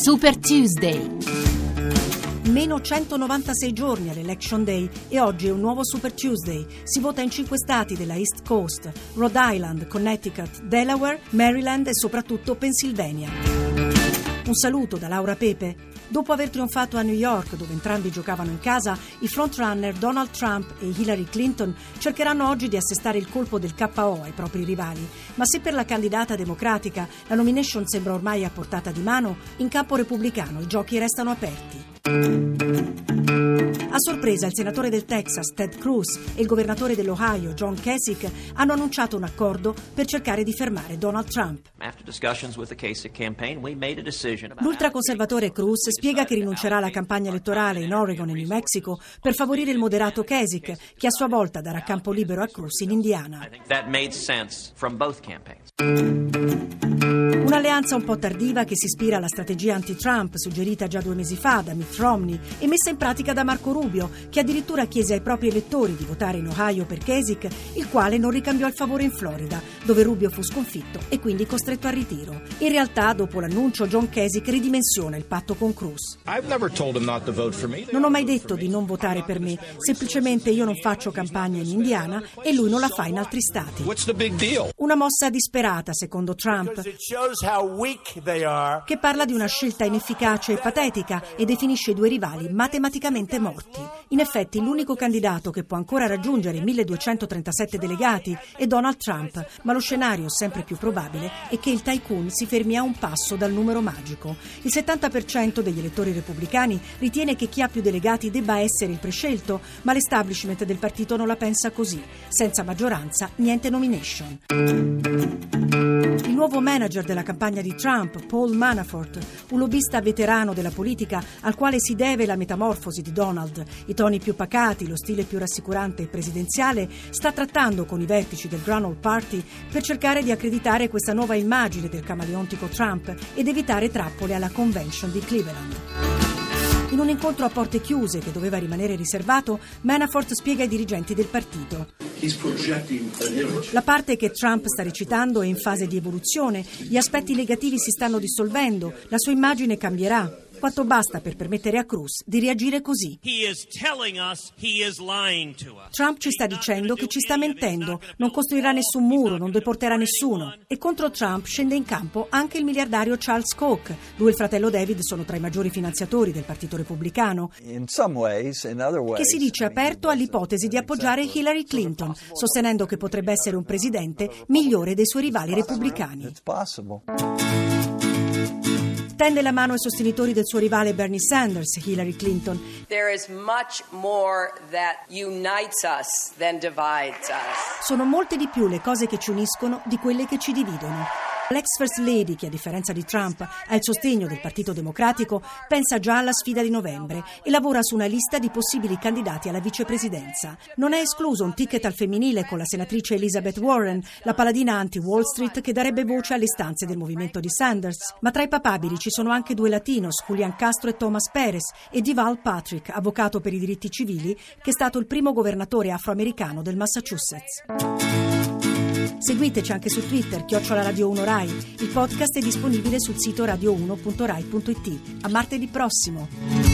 Super Tuesday. Meno 196 giorni all'Election Day e oggi è un nuovo Super Tuesday. Si vota in 5 stati della East Coast: Rhode Island, Connecticut, Delaware, Maryland e soprattutto Pennsylvania. Un saluto da Laura Pepe. Dopo aver trionfato a New York, dove entrambi giocavano in casa, i frontrunner Donald Trump e Hillary Clinton cercheranno oggi di assestare il colpo del KO ai propri rivali. Ma se per la candidata democratica la nomination sembra ormai a portata di mano, in campo repubblicano i giochi restano aperti. A sorpresa, il senatore del Texas, Ted Cruz, e il governatore dell'Ohio, John Kasich, hanno annunciato un accordo per cercare di fermare Donald Trump. L'ultraconservatore Cruz spiega che rinuncerà alla campagna elettorale in Oregon e New Mexico per favorire il moderato Kasich, che a sua volta darà campo libero a Cruz in Indiana. Un'alleanza un po' tardiva che si ispira alla strategia anti-Trump suggerita già 2 mesi fa da Mitt Romney e messa in pratica da Marco Rubio, che addirittura chiese ai propri elettori di votare in Ohio per Kasich, il quale non ricambiò il favore in Florida, dove Rubio fu sconfitto e quindi costretto al ritiro. In realtà, dopo l'annuncio, John Kasich ridimensiona il patto con Cruz. Non ho mai detto di non votare per me, semplicemente io non faccio campagna in Indiana e lui non la fa in altri stati. Una mossa disperata, secondo Trump, che parla di una scelta inefficace e patetica e definisce i 2 rivali matematicamente morti. In effetti l'unico candidato che può ancora raggiungere 1237 delegati è Donald Trump, ma lo scenario sempre più probabile è che il tycoon si fermi a un passo dal numero magico. Il 70% degli elettori repubblicani ritiene che chi ha più delegati debba essere il prescelto, ma l'establishment del partito non la pensa così. Senza maggioranza, niente nomination. Il nuovo manager della campagna di Trump, Paul Manafort, un lobbista veterano della politica al quale si deve la metamorfosi di Donald, i toni più pacati, lo stile più rassicurante e presidenziale, sta trattando con i vertici del Grand Old Party per cercare di accreditare questa nuova immagine del camaleontico Trump ed evitare trappole alla convention di Cleveland. In un incontro a porte chiuse che doveva rimanere riservato, Manafort spiega ai dirigenti del partito: la parte che Trump sta recitando è in fase di evoluzione, gli aspetti negativi si stanno dissolvendo, la sua immagine cambierà. Quanto basta per permettere a Cruz di reagire così. Trump ci sta dicendo che ci sta mentendo, non costruirà nessun muro, non deporterà nessuno. E contro Trump scende in campo anche il miliardario Charles Koch. Lui e il fratello David sono tra i maggiori finanziatori del Partito Repubblicano, che si dice aperto all'ipotesi di appoggiare Hillary Clinton, sostenendo che potrebbe essere un presidente migliore dei suoi rivali repubblicani. Tende la mano ai sostenitori del suo rivale Bernie Sanders, Hillary Clinton. Sono molte di più le cose che ci uniscono di quelle che ci dividono. L'ex First Lady, che a differenza di Trump ha il sostegno del Partito Democratico, pensa già alla sfida di novembre e lavora su una lista di possibili candidati alla vicepresidenza. Non è escluso un ticket al femminile con la senatrice Elizabeth Warren, la paladina anti-Wall Street che darebbe voce alle istanze del movimento di Sanders. Ma tra i papabili ci sono anche 2 latinos, Julian Castro e Thomas Perez, e Deval Patrick, avvocato per i diritti civili, che è stato il primo governatore afroamericano del Massachusetts. Seguiteci anche su Twitter, @Radio1 Rai. Il podcast è disponibile sul sito radio1.rai.it. A martedì prossimo.